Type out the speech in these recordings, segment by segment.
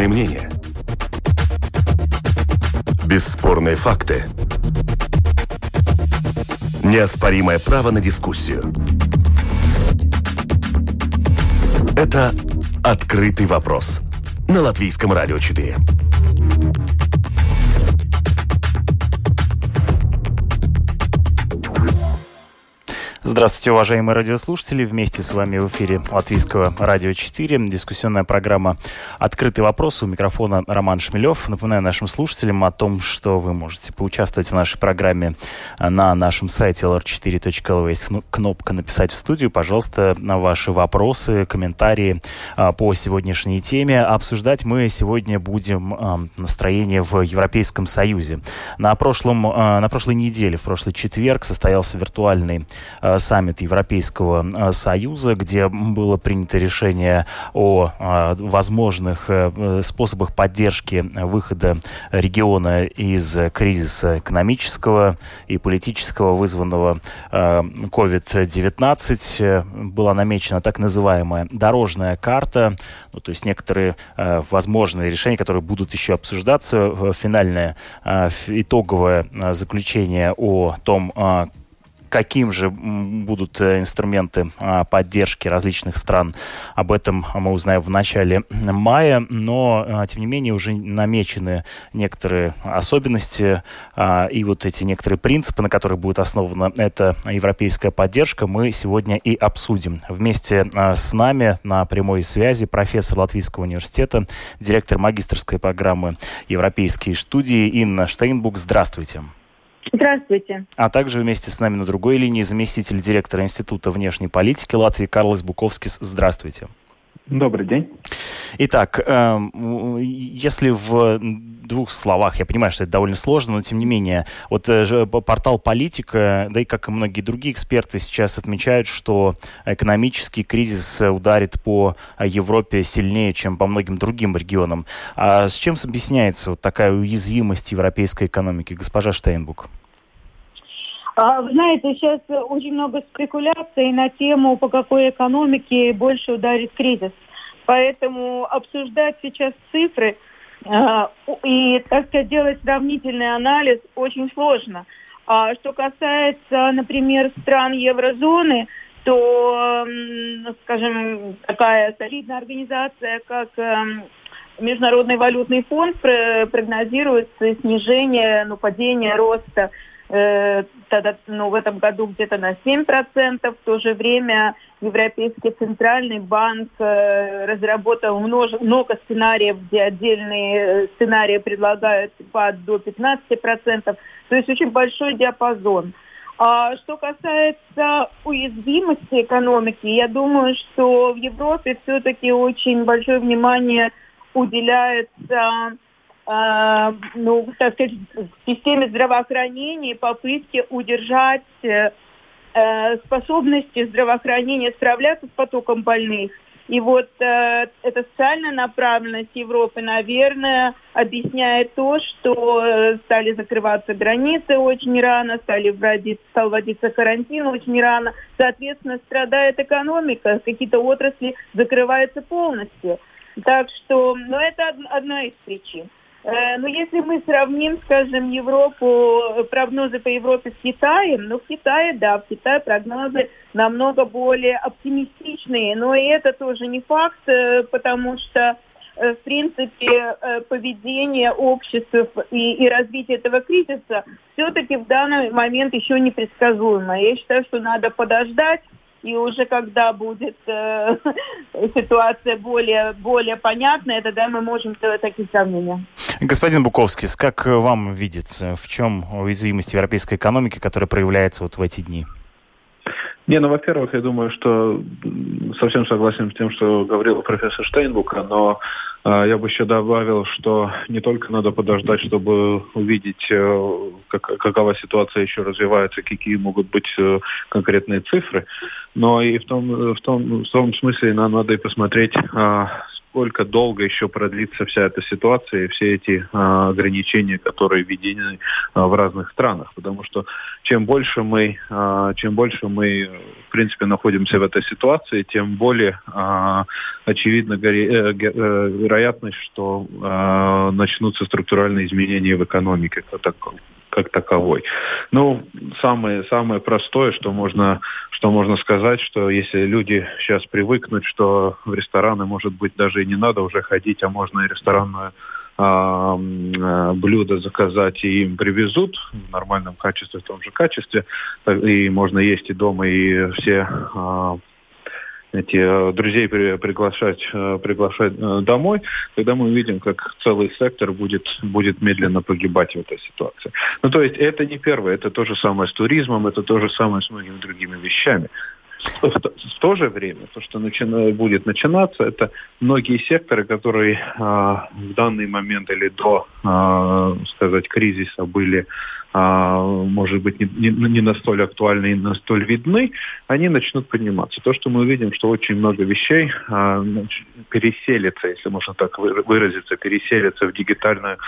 Экспертные мнения. Бесспорные факты. Неоспоримое право на дискуссию. Это «Открытый вопрос» на Латвийском радио 4. Здравствуйте, уважаемые радиослушатели. Вместе с вами в эфире Латвийского радио 4. Дискуссионная программа «Открытый вопрос». У микрофона Роман Шмелев. Напоминаю нашим слушателям о том, что вы можете поучаствовать в нашей программе на нашем сайте lr4.lv. Есть кнопка «Написать в студию». Пожалуйста, на ваши вопросы, комментарии по сегодняшней теме. Обсуждать мы сегодня будем настроение в Европейском Союзе. На прошлой неделе, в прошлый четверг, состоялся виртуальный саммит Европейского Союза, где было принято решение о возможных способах поддержки выхода региона из кризиса экономического и политического, вызванного COVID-19. Была намечена так называемая дорожная карта, то есть некоторые возможные решения, которые будут еще обсуждаться. Финальное итоговое заключение о том, каким же будут инструменты поддержки различных стран. Об этом мы узнаем в начале мая, но, тем не менее, уже намечены некоторые особенности и вот эти некоторые принципы, на которых будет основана эта европейская поддержка, мы сегодня и обсудим. Вместе с нами на прямой связи профессор Латвийского университета, директор магистерской программы «Европейские студии» Инна Штейнбук. Здравствуйте. Здравствуйте. А также вместе с нами на другой линии заместитель директора Института внешней политики Латвии Карлос Буковскис. Здравствуйте. Добрый день. Итак, если в двух словах, я понимаю, что это довольно сложно, но тем не менее, вот портал «Политика», да и как и многие другие эксперты сейчас отмечают, что экономический кризис ударит по Европе сильнее, чем по многим другим регионам. А с чем объясняется вот такая уязвимость европейской экономики, госпожа Штейнбук? Вы знаете, сейчас очень много спекуляций на тему, по какой экономике больше ударит кризис. Поэтому обсуждать сейчас цифры и, так сказать, делать сравнительный анализ очень сложно. Что касается, например, стран еврозоны, то, скажем, такая солидная организация, как Международный валютный фонд, прогнозирует снижение, падение роста в этом году где-то на 7%. В то же время Европейский центральный банк разработал много сценариев, где отдельные сценарии предлагают спад до 15%. То есть очень большой диапазон. А что касается уязвимости экономики, я думаю, что в Европе все-таки очень большое внимание уделяется так сказать, в системе здравоохранения, попытки удержать способности здравоохранения справляться с потоком больных. И вот эта социальная направленность Европы, наверное, объясняет то, что стали закрываться границы очень рано, стал вводиться карантин очень рано. Соответственно, страдает экономика, какие-то отрасли закрываются полностью. Так что, это одна из причин. Но если мы сравним, скажем, Европу, прогнозы по Европе с Китаем, в Китае прогнозы намного более оптимистичные, но и это тоже не факт, потому что, в принципе, поведение обществ и развитие этого кризиса все-таки в данный момент еще непредсказуемо. Я считаю, что надо подождать, и уже когда будет ситуация более понятная, тогда мы можем делать такие сравнения. Господин Буковскис, как вам видится, в чем уязвимость европейской экономики, которая проявляется вот в эти дни? Во-первых, я думаю, что совсем согласен с тем, что говорил профессор Штейнбук, но я бы еще добавил, что не только надо подождать, чтобы увидеть, какова ситуация еще развивается, какие могут быть конкретные цифры, но и в том смысле нам надо и посмотреть, насколько долго еще продлится вся эта ситуация и все эти ограничения, которые введены в разных странах. Потому что чем больше мы, в принципе, находимся в этой ситуации, тем более очевидна вероятность, что начнутся структуральные изменения в экономике как таковой. Ну, самое простое, что можно сказать, что если люди сейчас привыкнут, что в рестораны, может быть, даже и не надо уже ходить, а можно и ресторанное блюдо заказать, и им привезут в нормальном качестве, в том же качестве, и можно есть и дома, и все друзей приглашать домой, тогда мы увидим, как целый сектор будет медленно погибать в этой ситуации. Ну, то есть это не первое, это то же самое с туризмом, это то же самое с многими другими вещами. В то же время, то, что будет начинаться, это многие секторы, которые в данный момент или до, кризиса были, может быть, не настолько актуальны и не столь видны, они начнут подниматься. То, что мы увидим, что очень много вещей переселится, если можно так выразиться, переселится в дигитальное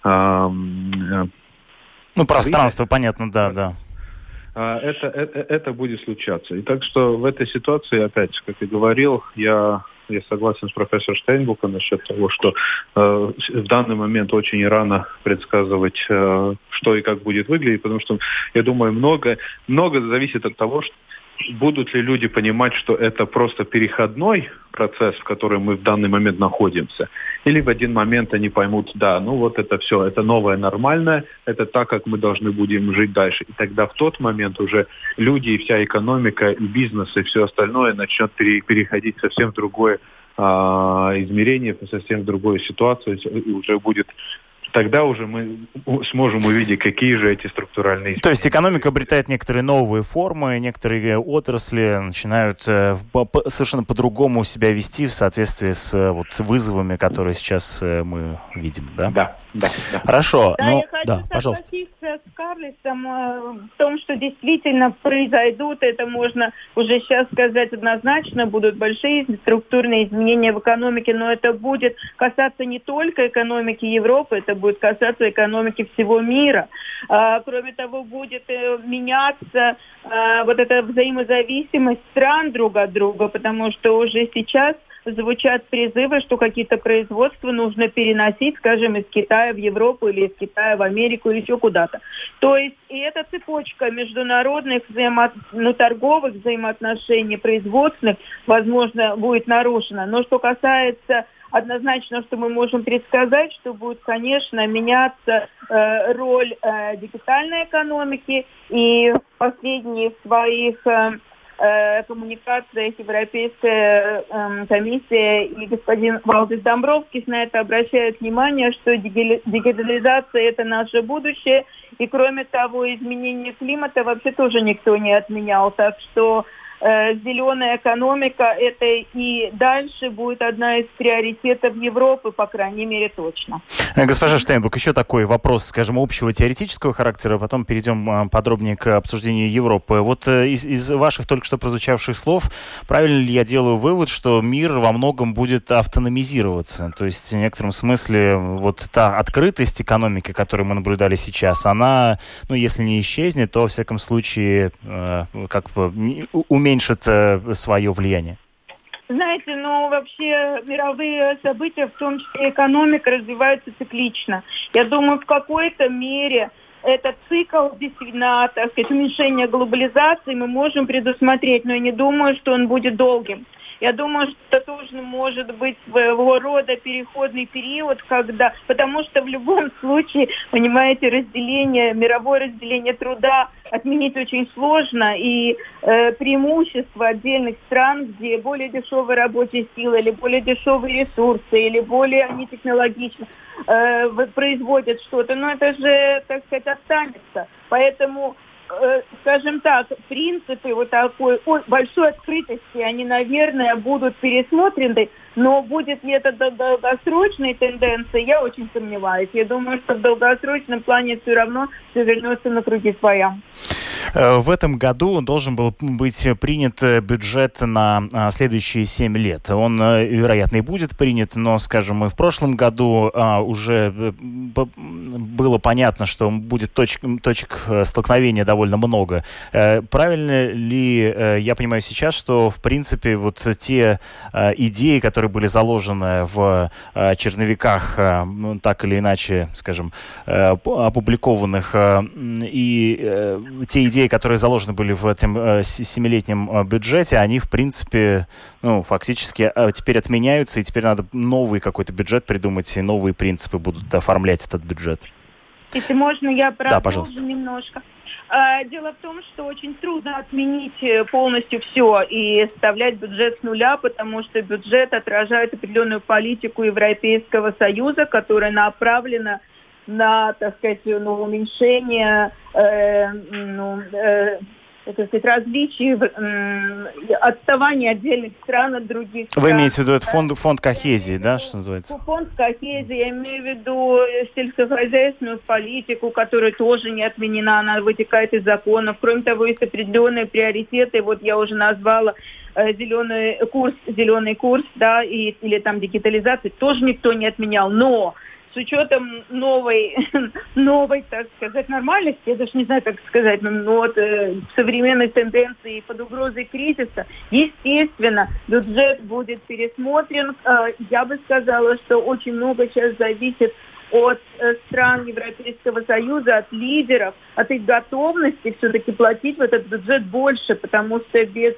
пространство, понятно, да. Это будет случаться. И так что в этой ситуации, опять, как я говорил, я согласен с профессором Штейнбуком насчет того, что в данный момент очень рано предсказывать, что и как будет выглядеть, потому что, я думаю, много зависит от того, что будут ли люди понимать, что это просто переходной процесс, в котором мы в данный момент находимся, или в один момент они поймут, да, ну вот это все, это новое нормальное, это так, как мы должны будем жить дальше. И тогда в тот момент уже люди и вся экономика, и бизнес, и все остальное начнет переходить совсем в другое измерение, совсем в другую ситуацию, и уже будет... Тогда уже мы сможем увидеть, какие же эти структуральные изменения. То есть экономика обретает некоторые новые формы, некоторые отрасли начинают совершенно по-другому себя вести в соответствии с вызовами, которые сейчас мы видим, да? Да. Хорошо. Да, я хочу согласиться с Карлисом в том, что действительно произойдут, это можно уже сейчас сказать однозначно, будут большие структурные изменения в экономике, но это будет касаться не только экономики Европы, это будет касаться экономики всего мира. Кроме того, будет меняться вот эта взаимозависимость стран друг от друга, потому что уже сейчас звучат призывы, что какие-то производства нужно переносить, скажем, из Китая в Европу или из Китая в Америку или еще куда-то. То есть и эта цепочка международных торговых взаимоотношений, производственных, возможно, будет нарушена. Но что касается однозначно, что мы можем предсказать, что будет, конечно, меняться роль дигитальной экономики, и в последних своих коммуникациях Европейская комиссия и господин Валдис Домбровскис на это обращают внимание, что дигитализация – это наше будущее, и кроме того, изменение климата вообще тоже никто не отменял, так что зеленая экономика – это и дальше будет одна из приоритетов Европы, по крайней мере, точно. Госпожа Штейнбук, еще такой вопрос, скажем, общего теоретического характера, потом перейдем подробнее к обсуждению Европы. Вот из ваших только что прозвучавших слов, правильно ли я делаю вывод, что мир во многом будет автономизироваться? То есть в некотором смысле вот та открытость экономики, которую мы наблюдали сейчас, она, если не исчезнет, то, во всяком случае, уменьшит свое влияние? Знаете, вообще мировые события, в том числе экономика, развиваются циклично. Я думаю, в какой-то мере этот цикл, действительно, уменьшение глобализации мы можем предусмотреть, но я не думаю, что он будет долгим. Я думаю, что это тоже может быть своего рода переходный период, потому что в любом случае, понимаете, мировое разделение труда отменить очень сложно, и преимущество отдельных стран, где более дешевая рабочая сила, или более дешевые ресурсы, или более они технологично производят что-то, это же, так сказать, останется. Поэтому, скажем так, принципы такой большой открытости, они, наверное, будут пересмотрены, но будет ли это долгосрочной тенденцией, я очень сомневаюсь. Я думаю, что в долгосрочном плане все равно все вернется на круги своя. В этом году должен был быть принят бюджет на следующие 7 лет. Он, вероятно, и будет принят, но, скажем, и в прошлом году уже было понятно, что будет точек столкновения довольно много. Правильно ли я понимаю сейчас, что, в принципе, вот те идеи, которые были заложены в черновиках, так или иначе, скажем, опубликованных, и те идеи, которые заложены были в этом 7-летнем бюджете, они, в принципе, фактически теперь отменяются, и теперь надо новый какой-то бюджет придумать, и новые принципы будут оформлять этот бюджет. Если можно, я продолжу немножко. Дело в том, что очень трудно отменить полностью все и составлять бюджет с нуля, потому что бюджет отражает определенную политику Европейского Союза, которая направлена на, так сказать, уменьшение различий, отставания отдельных стран от других стран. Вы имеете в виду это фонд кохезии, да, что называется? Фонд кохезии, я имею в виду сельскохозяйственную политику, которая тоже не отменена, она вытекает из законов. Кроме того, есть определенные приоритеты, вот я уже назвала зеленый курс, да, или там дигитализации, тоже никто не отменял, но с учетом новой, так сказать, нормальности, я даже не знаю, как сказать, современной тенденции под угрозой кризиса, естественно, бюджет будет пересмотрен. Я бы сказала, что очень много сейчас зависит от стран Европейского Союза, от лидеров, от их готовности все-таки платить в этот бюджет больше, потому что без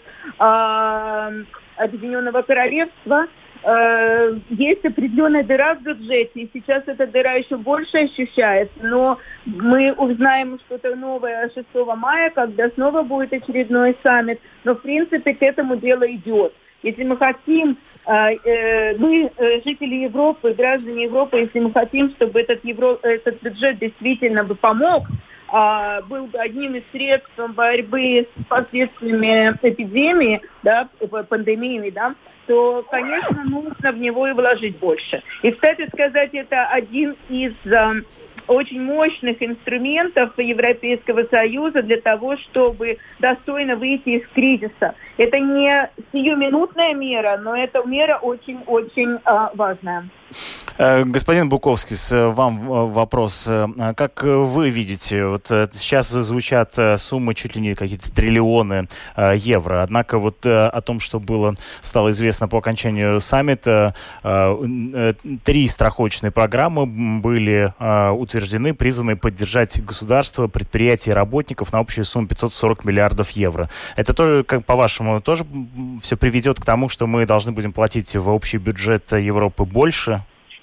Объединенного Королевства есть определенная дыра в бюджете, и сейчас эта дыра еще больше ощущается, но мы узнаем что-то новое 6 мая, когда снова будет очередной саммит, но в принципе к этому дело идет. Если мы хотим, мы, жители Европы, граждане Европы, если мы хотим, чтобы этот бюджет действительно бы помог, был бы одним из средств борьбы с последствиями эпидемии, да, пандемийной, да, то, конечно, нужно в него и вложить больше. И, кстати сказать, это один из очень мощных инструментов Европейского Союза для того, чтобы достойно выйти из кризиса. Это не сиюминутная мера, но это мера очень-очень важная. Господин Буковский, вам вопрос. Как вы видите, вот сейчас звучат суммы чуть ли не какие-то триллионы евро, однако вот о том, что стало известно по окончанию саммита, 3 страховочные программы были утверждены, призваны поддержать государство, предприятия и работников на общую сумму 540 миллиардов евро. Это тоже, как по-вашему, тоже все приведет к тому, что мы должны будем платить в общий бюджет Европы больше?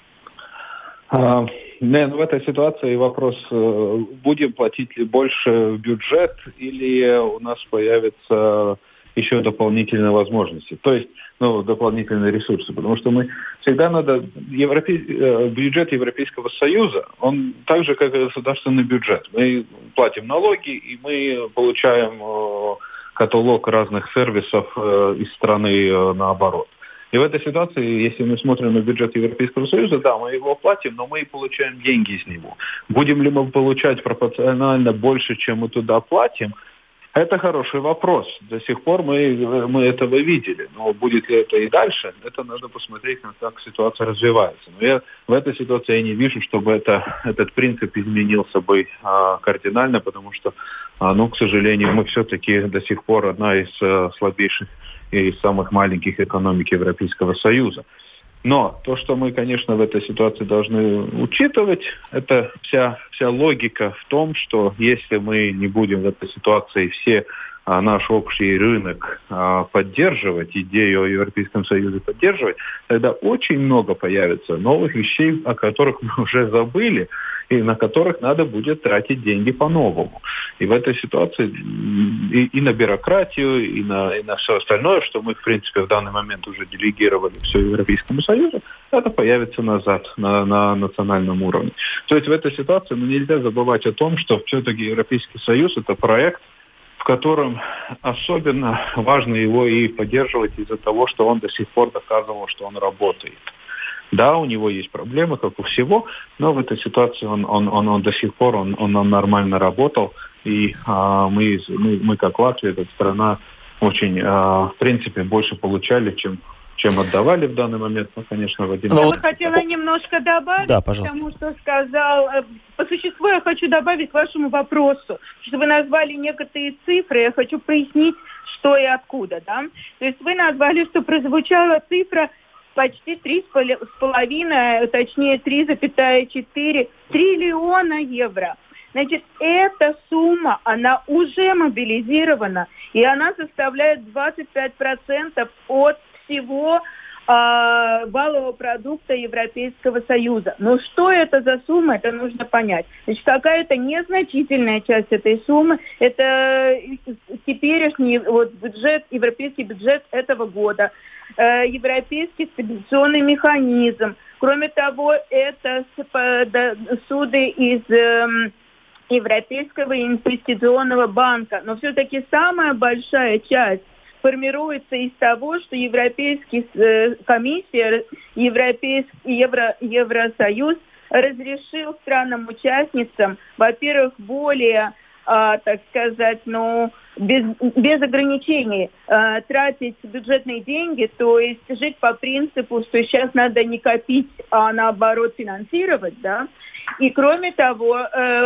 В этой ситуации вопрос, будем платить ли больше в бюджет или у нас появятся еще дополнительные возможности, то есть дополнительные ресурсы, потому что мы всегда бюджет Европейского Союза, он так же, как и государственный бюджет. Мы платим налоги и мы получаем каталог разных сервисов из страны наоборот. И в этой ситуации, если мы смотрим на бюджет Европейского Союза, да, мы его платим, но мы и получаем деньги из него. Будем ли мы получать пропорционально больше, чем мы туда платим? Это хороший вопрос. До сих пор мы этого видели. Но будет ли это и дальше, это надо посмотреть, как ситуация развивается. Но в этой ситуации я не вижу, чтобы этот принцип изменился бы кардинально, потому что, к сожалению, мы все-таки до сих пор одна из слабейших и самых маленьких экономик Европейского Союза. Но то, что мы, конечно, в этой ситуации должны учитывать, это вся логика в том, что если мы не будем в этой ситуации наш общий рынок поддерживать, идею о Европейском Союзе поддерживать, тогда очень много появится новых вещей, о которых мы уже забыли, и на которых надо будет тратить деньги по-новому. И в этой ситуации и на бюрократию, и на все остальное, что мы, в принципе, в данный момент уже делегировали все Европейскому Союзу, это появится назад на национальном уровне. То есть в этой ситуации нельзя забывать о том, что все-таки Европейский Союз – это проект, в котором особенно важно его и поддерживать из-за того, что он до сих пор доказывал, что он работает. Да, у него есть проблемы, как у всего, но в этой ситуации он до сих пор он нормально работал. И мы как Латвия, как страна, очень, в принципе, больше получали, чем отдавали в данный момент. Ну, конечно, Вадим. Я бы хотела немножко добавить, да, пожалуйста. Потому что сказал. По существу я хочу добавить к вашему вопросу, что вы назвали некоторые цифры, я хочу пояснить, что и откуда. Да? То есть вы назвали, что прозвучала цифра почти 3,5, точнее 3,4 триллиона евро. Значит, эта сумма, она уже мобилизирована, и она составляет 25% от всего валового продукта Европейского Союза. Но что это за сумма, это нужно понять. Значит, какая-то незначительная часть этой суммы, это теперешний бюджет, европейский бюджет этого года, европейский стабилизационный механизм. Кроме того, это суды из Европейского инвестиционного банка. Но все-таки самая большая часть формируется из того, что Европейская комиссия, Евросоюз разрешил странам-участницам, во-первых, более, так сказать, без ограничений тратить бюджетные деньги, то есть жить по принципу, что сейчас надо не копить, а наоборот финансировать, да. И кроме того,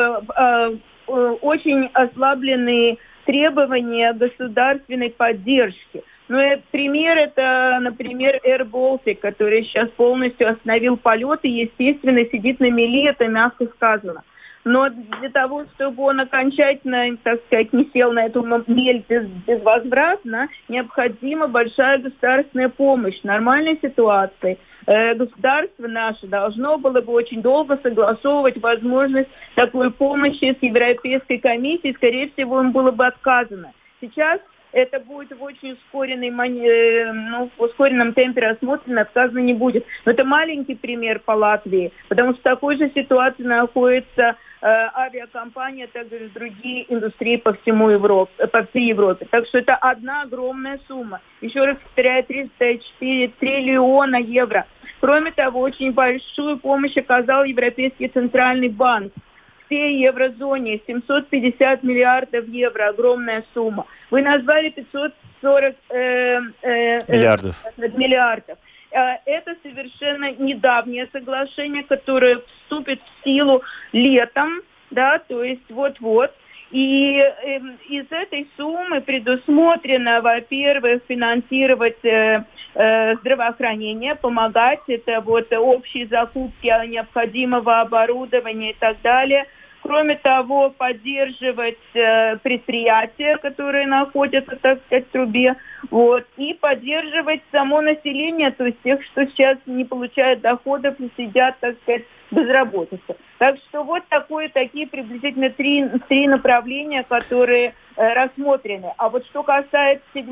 очень ослабленные требования государственной поддержки. Пример это, например, Air Baltic, который сейчас полностью остановил полеты, естественно, сидит на мели, это мягко сказано. Но для того, чтобы он окончательно, так сказать, не сел на эту мель безвозвратно, необходима большая государственная помощь. В нормальной ситуации государство наше должно было бы очень долго согласовывать возможность такой помощи с Европейской комиссией. Скорее всего, им было бы отказано. Сейчас это будет в очень в ускоренном темпе рассмотрено, отказано не будет. Но это маленький пример по Латвии, потому что в такой же ситуации находится авиакомпания, а также другие индустрии по всей Европе. Так что это одна огромная сумма. Еще раз повторяю, 304 триллиона евро. Кроме того, очень большую помощь оказал Европейский центральный банк. Всей еврозоне 750 миллиардов евро, огромная сумма. Вы назвали 540 миллиардов. Это совершенно недавнее соглашение, которое вступит в силу летом, да, то есть вот-вот. И из этой суммы предусмотрено, во-первых, финансировать здравоохранение, помогать, это общие закупки необходимого оборудования и так далее. Кроме того, поддерживать предприятия, которые находятся, так сказать, в трубе, и поддерживать само население, то есть тех, что сейчас не получают доходов и сидят, так сказать, безработицы. Так что такие приблизительно три направления, которые рассмотрены. А что касается 6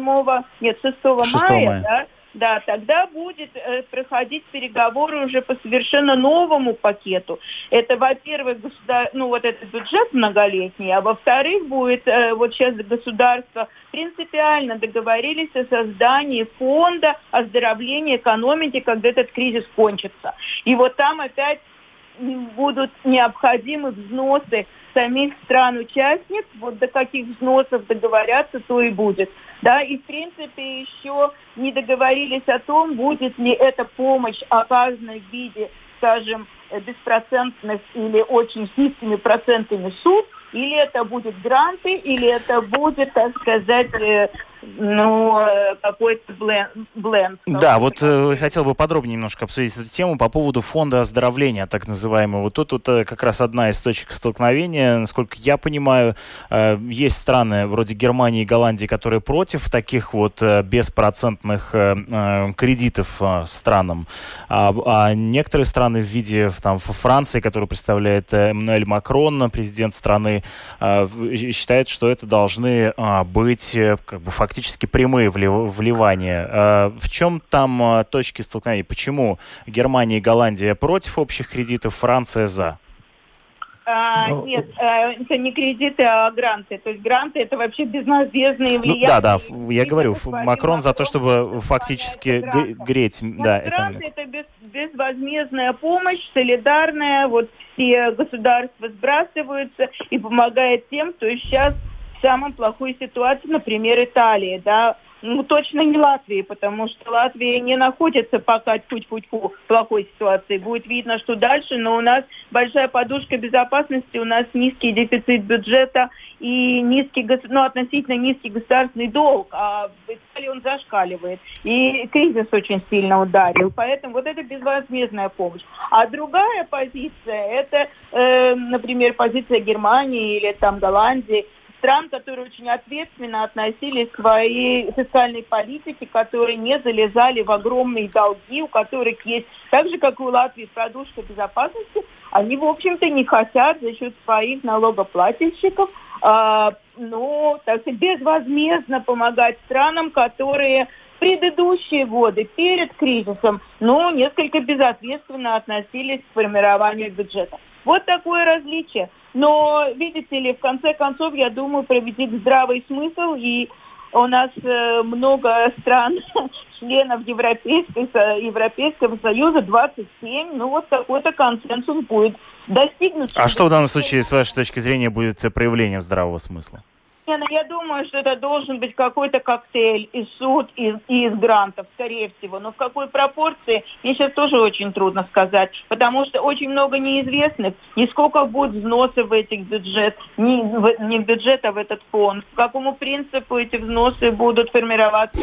мая, да, тогда будет проходить переговоры уже по совершенно новому пакету. Это, во-первых, этот бюджет многолетний, а во-вторых, будет сейчас государства принципиально договорились о создании фонда оздоровления экономики, когда этот кризис кончится. И там опять будут необходимы взносы самих стран-участниц, до каких взносов договорятся, то и будет. Да, и в принципе еще не договорились о том, будет ли эта помощь оказана в виде, скажем, беспроцентных или очень с низкими процентами суд, или это будет гранты, или это будет, так сказать, какой-то бленд. Да, хотел бы подробнее немножко обсудить эту тему по поводу фонда оздоровления, так называемого. Тут как раз одна из точек столкновения. Насколько я понимаю, есть страны вроде Германии и Голландии, которые против таких беспроцентных кредитов странам. А некоторые страны в виде Франции, которую представляет Эммануэль Макрон, президент страны, считает, что это должны быть фактически прямые вливания. В чем там точки столкновения? Почему Германия и Голландия против общих кредитов, Франция за? Нет, это не кредиты, а гранты. То есть гранты это вообще безнадежные влияния. Да, я говорю, Макрон за то, чтобы фактически греть. Да, гранты это безвозмездная помощь, солидарная. Вот все государства сбрасываются и помогают тем, кто сейчас в самой плохой ситуации, например, Италии, да. Ну, точно не Латвии, потому что Латвия не находится пока в плохой ситуации. Будет видно, что дальше, но у нас большая подушка безопасности, у нас низкий дефицит бюджета и относительно низкий государственный долг, а в Италии он зашкаливает. И кризис очень сильно ударил, поэтому вот это безвозмездная помощь. А другая позиция, это, например, позиция Германии или там Голландии, стран, которые очень ответственно относились к своей фискальной политике, которые не залезали в огромные долги, у которых есть, так же, как и у Латвии, подушка безопасности, они, в общем-то, не хотят за счет своих налогоплательщиков, так сказать, безвозмездно помогать странам, которые в предыдущие годы, перед кризисом, несколько безответственно относились к формированию бюджета. Вот такое различие. Но, видите ли, в конце концов, я думаю, победит здравый смысл, и у нас много стран, членов Европейского Союза, 27, какой-то консенсус будет достигнут. А что в данном случае, с вашей точки зрения, будет проявлением здравого смысла? Я думаю, что это должен быть какой-то коктейль из суд и из грантов, скорее всего. Но в какой пропорции, мне сейчас тоже очень трудно сказать, потому что очень много неизвестных. И сколько будет взносов в этих бюджет, не в бюджет, а в этот фонд. По какому принципу эти взносы будут формироваться.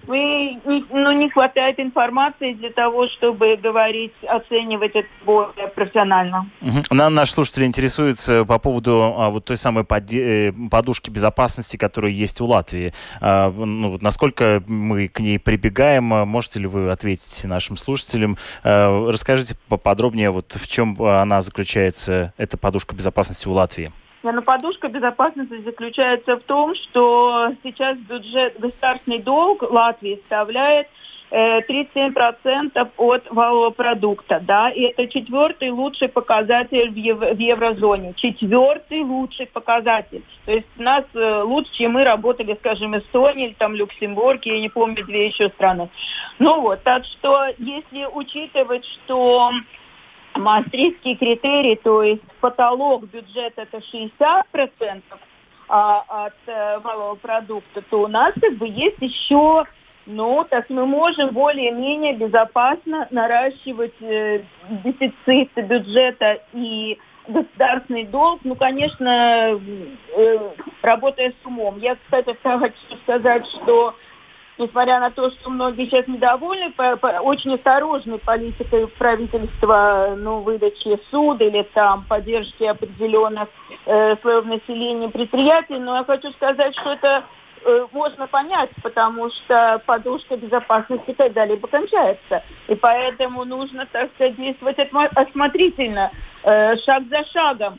Не хватает информации для того, чтобы оценивать это более профессионально. Наш слушатель интересуется по поводу вот той самой подушки безопасности, которая есть у Латвии. Насколько мы к ней прибегаем? Можете ли вы ответить нашим слушателям? Расскажите поподробнее, в чем она заключается, эта подушка безопасности у Латвии. Подушка безопасности заключается в том, что сейчас государственный долг Латвии составляет 37% от валового продукта, да, и это 4-й лучший показатель в еврозоне. 4-й лучший показатель. То есть у нас лучше, чем мы работали, скажем, Эстония или там Люксембург, я не помню, 2 еще страны. Так что если учитывать, что Маастрихтские критерии, то есть потолок бюджета это 60% от валового продукта, то у нас есть еще, мы можем более-менее безопасно наращивать дефицит бюджета и государственный долг, конечно, работая с умом. Я, кстати, хочу сказать, что несмотря на то, что многие сейчас недовольны очень осторожной политикой правительства, выдачи суда или там поддержки определенных слоев населения, предприятий, но я хочу сказать, что это можно понять, потому что подушка безопасности когда-либо кончается. И поэтому нужно, так сказать, действовать осмотрительно, шаг за шагом.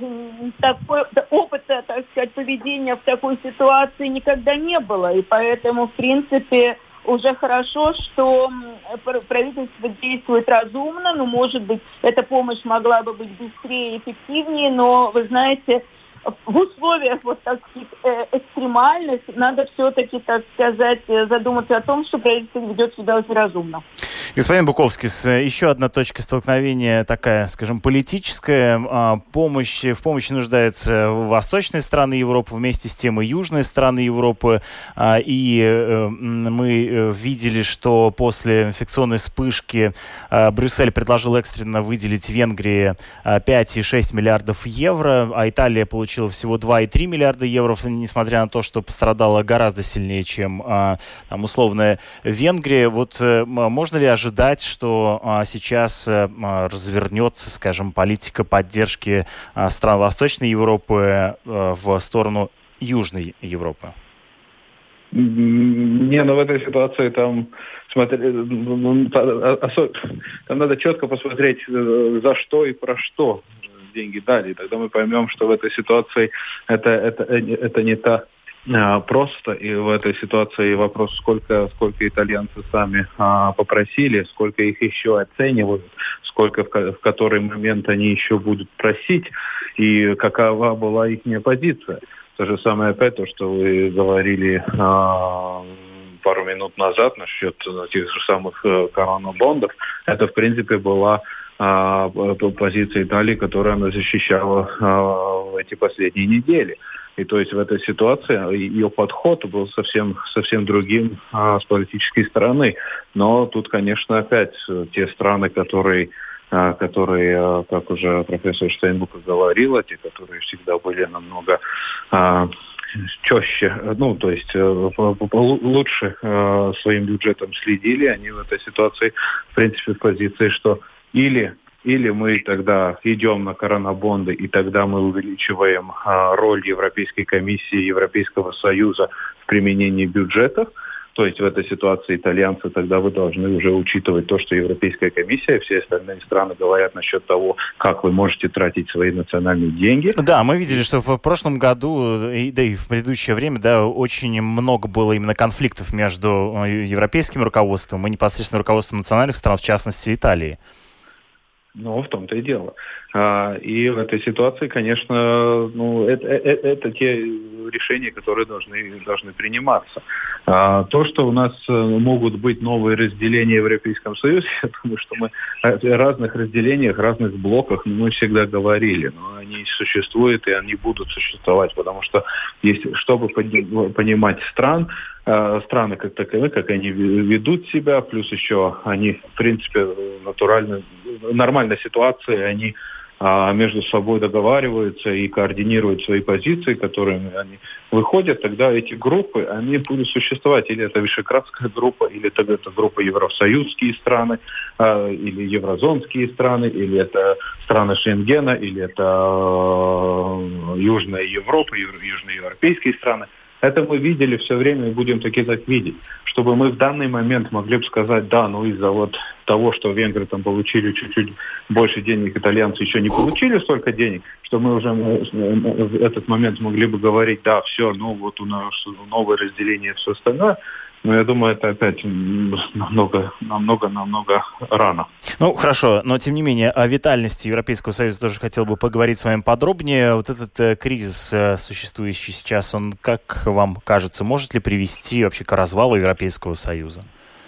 Опыта, так сказать, поведения в такой ситуации никогда не было. И поэтому, в принципе, уже хорошо, что правительство действует разумно. Может быть, эта помощь могла бы быть быстрее и эффективнее, но, вы знаете, в условиях таких экстремальных надо все-таки, так сказать, задуматься о том, что правительство ведет себя очень разумно. Господин Буковскис, еще одна точка столкновения такая, скажем, политическая. В помощи нуждаются восточные страны Европы, вместе с тем и южные страны Европы. И мы видели, что после инфекционной вспышки Брюссель предложил экстренно выделить Венгрии 5,6 миллиардов евро, а Италия получила всего 2,3 миллиарда евро, несмотря на то, что пострадала гораздо сильнее, чем условная Венгрия. Можно ли ожидать, что сейчас развернется, скажем, политика поддержки стран Восточной Европы в сторону Южной Европы? В этой ситуации там надо четко посмотреть, за что и про что деньги дали. Тогда мы поймем, что в этой ситуации это не та просто, и в этой ситуации вопрос, сколько итальянцы сами попросили, сколько их еще оценивают, сколько в который момент они еще будут просить, и какова была их позиция. То же самое опять то, что вы говорили пару минут назад насчет тех же самых коронабондов. Это, в принципе, была позиция Италии, которую она защищала в эти последние недели. И то есть в этой ситуации ее подход был совсем другим с политической стороны. Но тут, конечно, опять те страны, которые, как уже профессор Штейнбук говорила, те, которые всегда были намного четче, то есть лучше своим бюджетом следили, они в этой ситуации, в принципе, в позиции, что или мы тогда идем на коронабонды, и тогда мы увеличиваем роль Европейской комиссии, Европейского Союза в применении бюджетов. То есть в этой ситуации итальянцы, тогда вы должны уже учитывать то, что Европейская комиссия и все остальные страны говорят насчет того, как вы можете тратить свои национальные деньги. Да, мы видели, что в прошлом году, да и в предыдущее время, да, очень много было именно конфликтов между европейским руководством и непосредственно руководством национальных стран, в частности Италии. В том-то и дело. И в этой ситуации, конечно, это те решения, которые должны приниматься. То, что у нас могут быть новые разделения в Европейском Союзе, я думаю, что мы о разных разделениях, разных блоках мы всегда говорили. Но они существуют и они будут существовать, потому что чтобы понимать страны как таковые, как они ведут себя, плюс еще они, в принципе, нормальной ситуации, они между собой договариваются и координируют свои позиции, которыми они выходят, тогда эти группы, они будут существовать. Или это Вишеградская группа, или это группа Евросоюзские страны, или еврозонские страны, или это страны Шенгена, или это Южная Европа, южноевропейские страны. Это мы видели все время и будем так видеть. Чтобы мы в данный момент могли бы сказать, да, из-за того, что венгры там получили чуть-чуть больше денег, итальянцы еще не получили столько денег, что мы уже в этот момент могли бы говорить, да, все, у нас новое разделение и все остальное. Но я думаю, это опять намного рано. Хорошо, но тем не менее о витальности Европейского Союза тоже хотел бы поговорить с вами подробнее. Вот этот кризис, существующий сейчас, он, как вам кажется, может ли привести вообще к развалу Европейского Союза?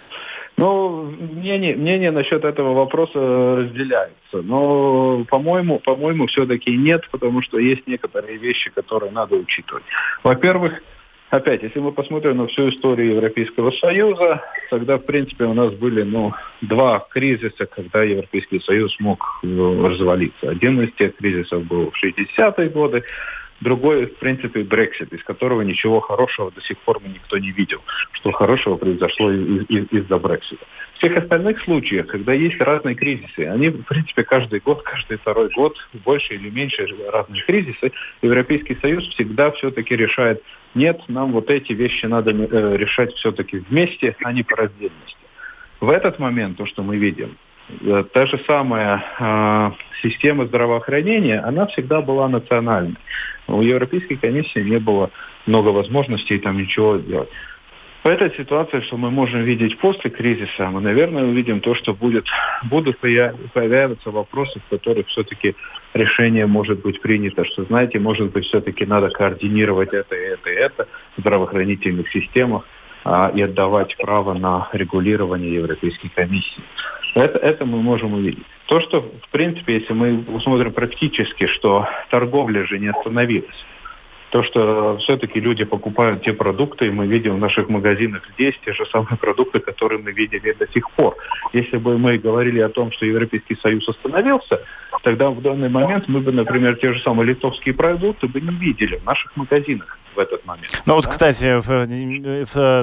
Мнение насчет этого вопроса разделяется. Но, по-моему, все-таки нет, потому что есть некоторые вещи, которые надо учитывать. Во-первых, опять, если мы посмотрим на всю историю Европейского Союза, тогда, в принципе, у нас были, два кризиса, когда Европейский Союз мог развалиться. Один из тех кризисов был в 60-е годы, другой, в принципе, Брексит, из которого ничего хорошего до сих пор никто не видел, что хорошего произошло из-за Брексита. В всех остальных случаях, когда есть разные кризисы, они, в принципе, каждый второй год, больше или меньше разные кризисы, Европейский Союз всегда все-таки решает, нет, нам эти вещи надо решать все-таки вместе, а не по раздельности. В этот момент то, что мы видим, та же самая система здравоохранения, она всегда была национальной. У Европейской комиссии не было много возможностей там ничего делать. В этой ситуации, что мы можем видеть после кризиса, мы, наверное, увидим то, что будут появляться вопросы, в которых все-таки решение может быть принято, что, знаете, может быть, все-таки надо координировать это в здравоохранительных системах и отдавать право на регулирование Европейской комиссии. Это мы можем увидеть. То, что, в принципе, если мы посмотрим практически, что торговля же не остановилась. То, что все-таки люди покупают те продукты, и мы видим в наших магазинах здесь те же самые продукты, которые мы видели до сих пор. Если бы мы говорили о том, что Европейский Союз остановился, тогда в данный момент мы бы, например, те же самые литовские продукты бы не видели в наших магазинах в этот момент. Кстати,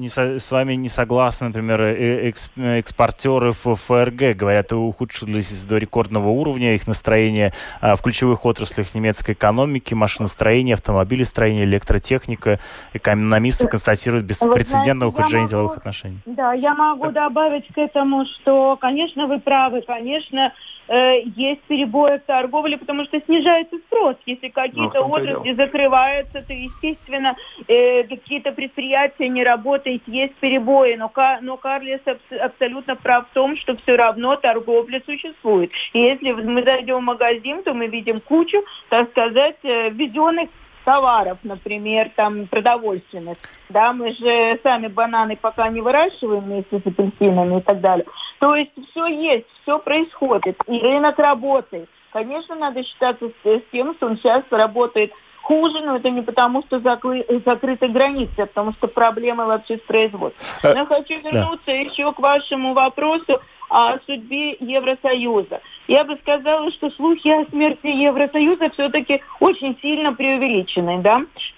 с вами не согласны, например, экспортеры в ФРГ. Говорят, ухудшились до рекордного уровня их настроение в ключевых отраслях немецкой экономики, машиностроение, автомобилестроение, электротехника. Экономисты констатируют беспрецедентное ухудшение деловых отношений. Да, я могу добавить к этому, что, конечно, вы правы, конечно, есть перебои в торговле, потому что снижается спрос. Если какие-то отрасли закрываются, то, естественно, какие-то предприятия не работают, есть перебои. Но Карлес абсолютно прав в том, что все равно торговля существует. И если мы зайдем в магазин, то мы видим кучу, так сказать, введенных товаров, например, там, продовольственных. Да, мы же сами бананы пока не выращиваем вместе с апельсинами и так далее. То есть все есть, все происходит, и рынок работает. Конечно, надо считаться с тем, что он сейчас работает хуже, но это не потому, что закрыты границы, а потому что проблемы вообще с производством. Но я хочу вернуться еще к вашему вопросу о судьбе Евросоюза. Я бы сказала, что слухи о смерти Евросоюза все-таки очень сильно преувеличены, да.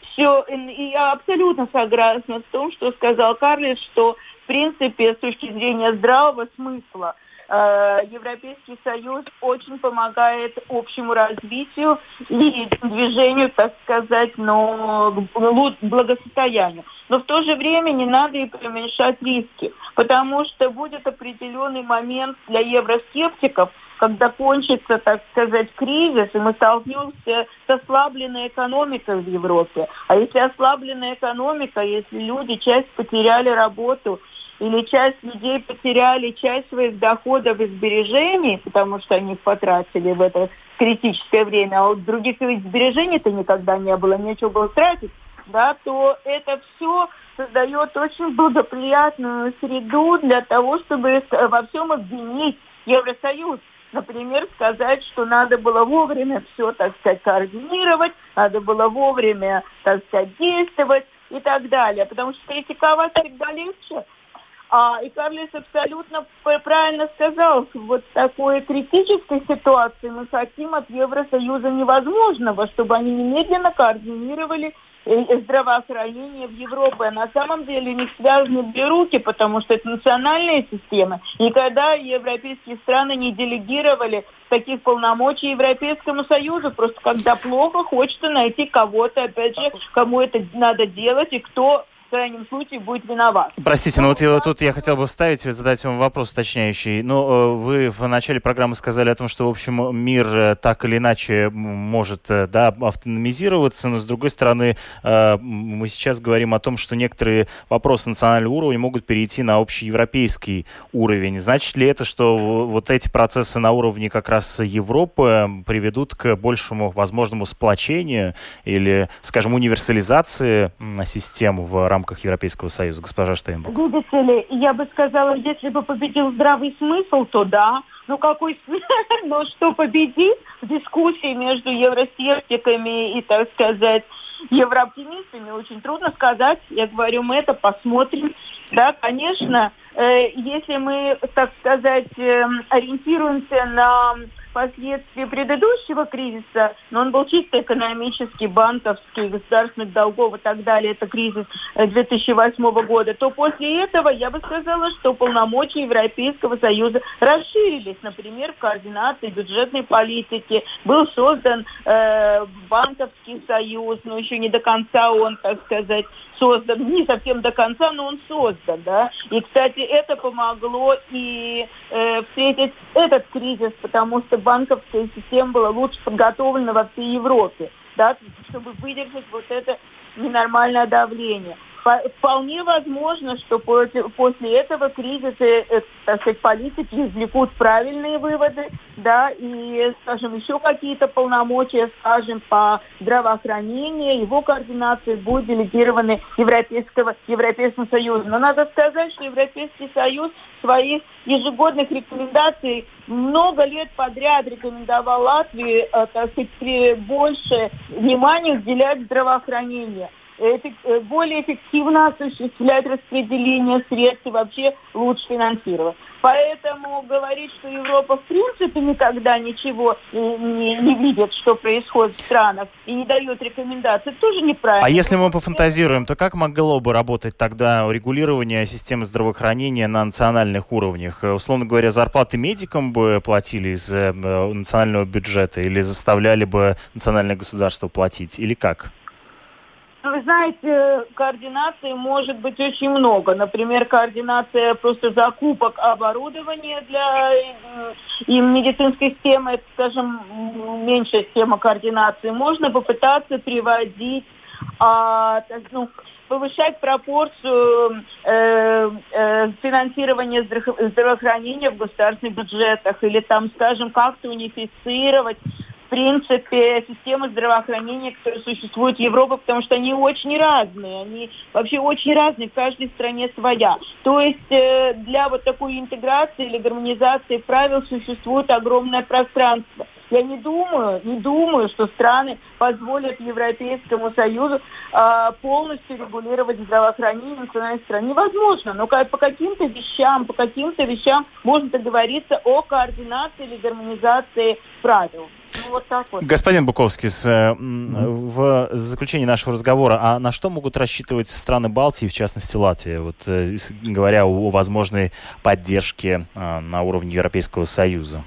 И я абсолютно согласна с том, что сказал Карлес, что, в принципе, с точки зрения здравого смысла, Европейский Союз очень помогает общему развитию и движению, так сказать, к благосостоянию. Но в то же время не надо и преуменьшать риски, потому что будет определенный момент для евроскептиков, когда кончится, так сказать, кризис, и мы столкнемся с ослабленной экономикой в Европе. А если ослабленная экономика, если люди часть потеряли работу, или часть людей потеряли часть своих доходов и сбережений, потому что они их потратили в это критическое время, а вот других сбережений-то никогда не было, нечего было тратить, да, то это все создает очень благоприятную среду для того, чтобы во всем обвинить Евросоюз. Например, сказать, что надо было вовремя все, так сказать, координировать, надо было вовремя, так сказать, действовать и так далее. Потому что критиковать всегда легче. И Карлес абсолютно правильно сказал, вот в такой критической ситуации мы хотим от Евросоюза невозможного, чтобы они немедленно координировали здравоохранение в Европе. А на самом деле у них связаны две руки, потому что это национальные системы. Никогда европейские страны не делегировали таких полномочий Европейскому Союзу. Просто когда плохо, хочется найти кого-то, опять же, кому это надо делать и кто в крайнем случае будет виноват. Простите, но вот тут я хотел бы вставить, задать вам вопрос уточняющий. Но вы в начале программы сказали о том, что, в общем, мир так или иначе может, да, автономизироваться, но, с другой стороны, мы сейчас говорим о том, что некоторые вопросы национального уровня могут перейти на общеевропейский уровень. Значит ли это, что вот эти процессы на уровне как раз Европы приведут к большему возможному сплочению или, скажем, универсализации систем в рамках Европейского Союза, госпожа Штейнбрук? Видите ли, я бы сказала, если бы победил здравый смысл, то да. Но какой смысл? Но что победит в дискуссии между евроскептиками и, так сказать, еврооптимистами, очень трудно сказать. Я говорю, мы это посмотрим. Да, конечно, если мы, так сказать, ориентируемся на последствия предыдущего кризиса, но он был чисто экономический, банковский, государственных долгов и так далее, это кризис 2008 года, то после этого я бы сказала, что полномочия Европейского Союза расширились, например, в координации бюджетной политики, был создан банковский союз, но еще не до конца он, так сказать, создан, не совсем до конца, но он создан, да, и, кстати, это помогло и встретить этот кризис, потому что банковская система была лучше подготовлена во всей Европе, да, чтобы выдержать вот это ненормальное давление. Вполне возможно, что после этого кризиса, так сказать, политики извлекут правильные выводы, да, и, скажем, еще какие-то полномочия, скажем, по здравоохранению, его координации будут делегированы Европейскому Союзу. Но надо сказать, что Европейский Союз своих ежегодных рекомендаций много лет подряд рекомендовал Латвии, так сказать, больше внимания уделять здравоохранению. более эффективно осуществлять распределение средств и вообще лучше финансировать. Поэтому говорить, что Европа в принципе никогда ничего не видит, что происходит в странах, и не дает рекомендаций, тоже неправильно. А если мы пофантазируем, то как могло бы работать тогда регулирование системы здравоохранения на национальных уровнях? Условно говоря, зарплаты медикам бы платили из национального бюджета или заставляли бы национальное государство платить? Или как? Вы знаете, координации может быть очень много. Например, координация просто закупок оборудования для медицинской системы, это, скажем, меньшая система координации. Можно попытаться приводить, повышать пропорцию финансирования здравоохранения в государственных бюджетах или там, скажем, как-то унифицировать в принципе, системы здравоохранения, которые существуют в Европе, потому что они очень разные. Они вообще очень разные, в каждой стране своя. То есть для вот такой интеграции или гармонизации правил существует огромное пространство. Я не думаю, что страны позволят Европейскому Союзу полностью регулировать здравоохранение в национальной стране. Невозможно, но по каким-то вещам можно договориться о координации или гармонизации правил. Вот так вот. Господин Буковский, в заключении нашего разговора, а на что могут рассчитывать страны Балтии, в частности Латвия, вот, говоря о возможной поддержке на уровне Европейского Союза?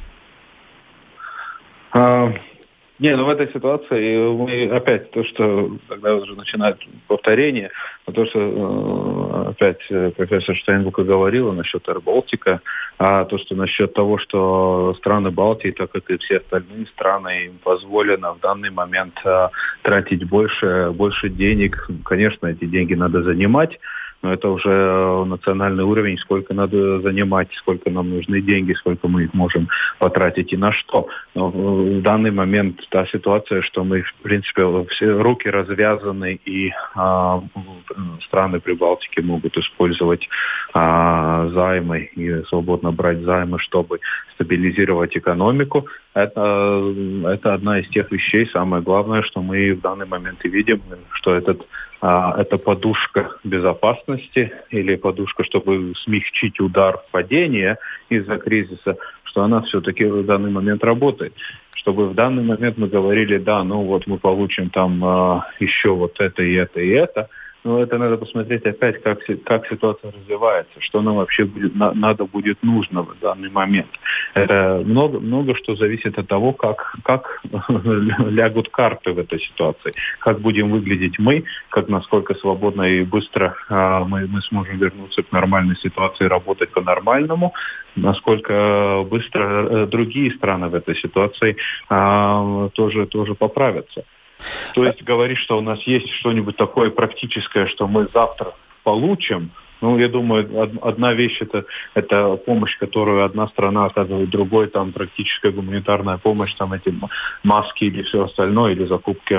В этой ситуации мы опять то, что тогда уже начинает повторение, то, что опять профессор Штайнбука говорила насчет Air-Baltica, то, что насчет того, что страны Балтии, так как и все остальные страны, им позволено в данный момент тратить больше денег. Конечно, эти деньги надо занимать, но это уже национальный уровень, сколько надо занимать, сколько нам нужны деньги, сколько мы их можем потратить и на что. Но в данный момент та ситуация, что мы, в принципе, все руки развязаны, и страны Прибалтики могут использовать займы и свободно брать займы, чтобы стабилизировать экономику. Это одна из тех вещей, самое главное, что мы в данный момент и видим, что это подушка безопасности или подушка, чтобы смягчить удар падения из-за кризиса, что она все-таки в данный момент работает. Чтобы в данный момент мы говорили, мы получим там еще вот это и это и это. Но это надо посмотреть опять, как ситуация развивается, что нам вообще надо будет нужно в данный момент. Это много что зависит от того, как лягут карты в этой ситуации, как будем выглядеть мы, насколько свободно и быстро мы сможем вернуться к нормальной ситуации, работать по-нормальному, насколько быстро другие страны в этой ситуации тоже поправятся. То есть говорить, что у нас есть что-нибудь такое практическое, что мы завтра получим, я думаю, одна вещь это помощь, которую одна страна оказывает другой, там практическая гуманитарная помощь, там эти маски или все остальное, или закупки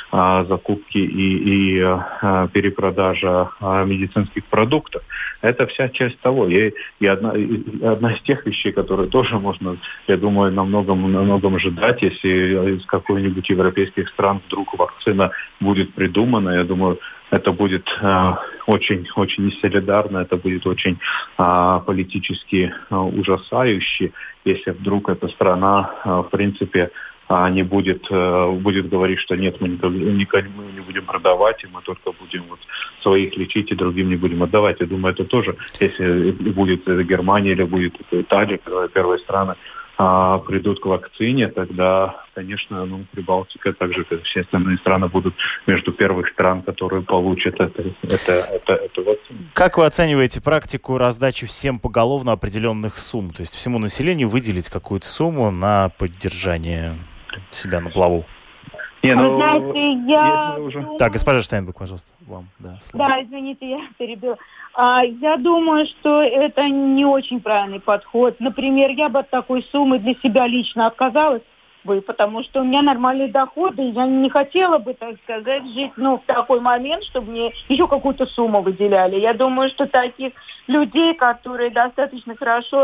и перепродажа медицинских продуктов. Это вся часть того. И одна из тех вещей, которые тоже можно, я думаю, на многом ожидать, если из какой-нибудь европейских стран вдруг вакцина будет придумана, я думаю, это будет очень несолидарно, это будет очень политически ужасающе, если вдруг эта страна, в принципе, не будет говорить, что нет, мы не будем продавать, и мы только будем своих лечить, и другим не будем отдавать. Я думаю, это тоже, если будет Германия или будет Италия, первые страны придут к вакцине, тогда, конечно, Прибалтика, так же, как все остальные страны, будут между первых стран, которые получат эту вакцину. Как вы оцениваете практику раздачи всем поголовно определенных сумм? То есть всему населению выделить какую-то сумму на поддержание себя на плаву? Вы знаете, я... Так, госпожа Штайнбук, пожалуйста, вам. Да, извините, я перебила. Я думаю, что это не очень правильный подход. Например, я бы от такой суммы для себя лично отказалась бы, потому что у меня нормальные доходы, и я не хотела бы, так сказать, жить в такой момент, чтобы мне еще какую-то сумму выделяли. Я думаю, что таких людей, которые достаточно хорошо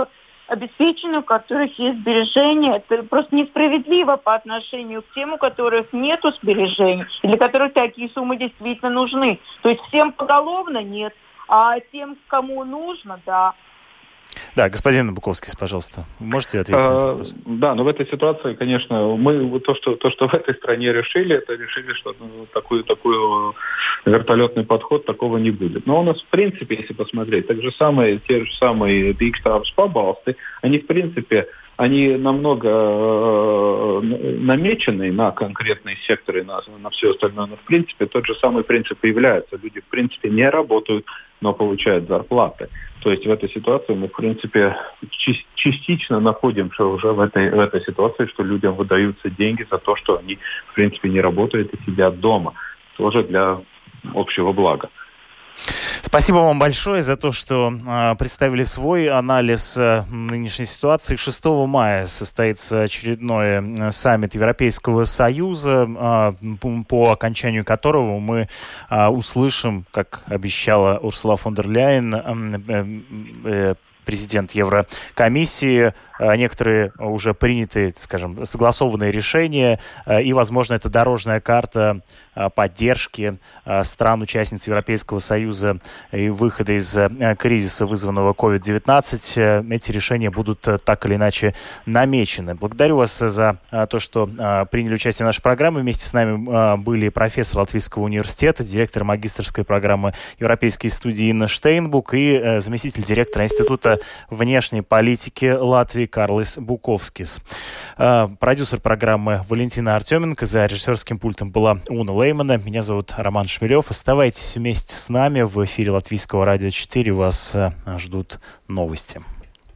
обеспечены, у которых есть сбережения. Это просто несправедливо по отношению к тем, у которых нет сбережений, и для которых такие суммы действительно нужны. То есть всем поголовно нет, а тем, кому нужно, да. Да, господин Буковский, пожалуйста, вы можете ответить на этот вопрос? Да, но в этой ситуации, конечно, мы то, что в этой стране решили, что такой вертолетный подход, такого не будет. Но у нас, в принципе, если посмотреть, те же самые Big-Stars пабалсты, они, в принципе, они намного намечены на конкретные секторы, на все остальное. Но, в принципе, тот же самый принцип и является. Люди, в принципе, не работают, но получают зарплаты. То есть в этой ситуации мы, в принципе, частично находимся уже в этой ситуации, что людям выдаются деньги за то, что они, в принципе, не работают и сидят дома. Тоже для общего блага. Спасибо вам большое за то, что представили свой анализ нынешней ситуации. 6 мая состоится очередной саммит Европейского Союза, по окончанию которого мы услышим, как обещала Урсула фон дер Ляйен, президент Еврокомиссии, некоторые уже принятые, скажем, согласованные решения, и, возможно, это дорожная карта поддержки стран-участниц Европейского Союза и выхода из кризиса, вызванного COVID-19. Эти решения будут так или иначе намечены. Благодарю вас за то, что приняли участие в нашей программе. Вместе с нами были профессор Латвийского университета, директор магистерской программы Европейской студии Инна Штейнбук и заместитель директора Института внешней политики Латвии Карлис Буковскис. Продюсер программы Валентина Артеменко. За режиссерским пультом была Уна Леймана. Меня зовут Роман Шмелев. Оставайтесь вместе с нами. В эфире Латвийского радио 4 вас ждут новости.